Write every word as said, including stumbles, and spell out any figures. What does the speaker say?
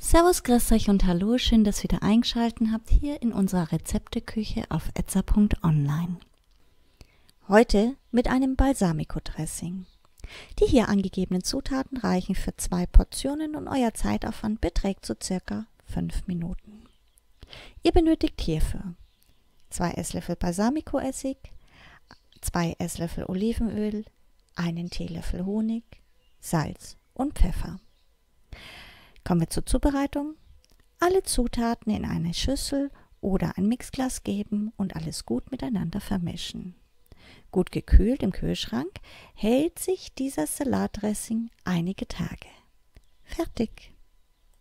Servus, grüß euch und hallo, schön, dass ihr wieder eingeschaltet habt hier in unserer Rezepteküche auf etza punkt online. Heute mit einem Balsamico-Dressing. Die hier angegebenen Zutaten reichen für zwei Portionen und euer Zeitaufwand beträgt so circa fünf Minuten. Ihr benötigt hierfür zwei Esslöffel Balsamico-Essig, zwei Esslöffel Olivenöl, einen Teelöffel Honig, Salz und Pfeffer. Kommen wir zur Zubereitung. Alle Zutaten in eine Schüssel oder ein Mixglas geben und alles gut miteinander vermischen. Gut gekühlt im Kühlschrank hält sich dieser Salatdressing einige Tage. Fertig!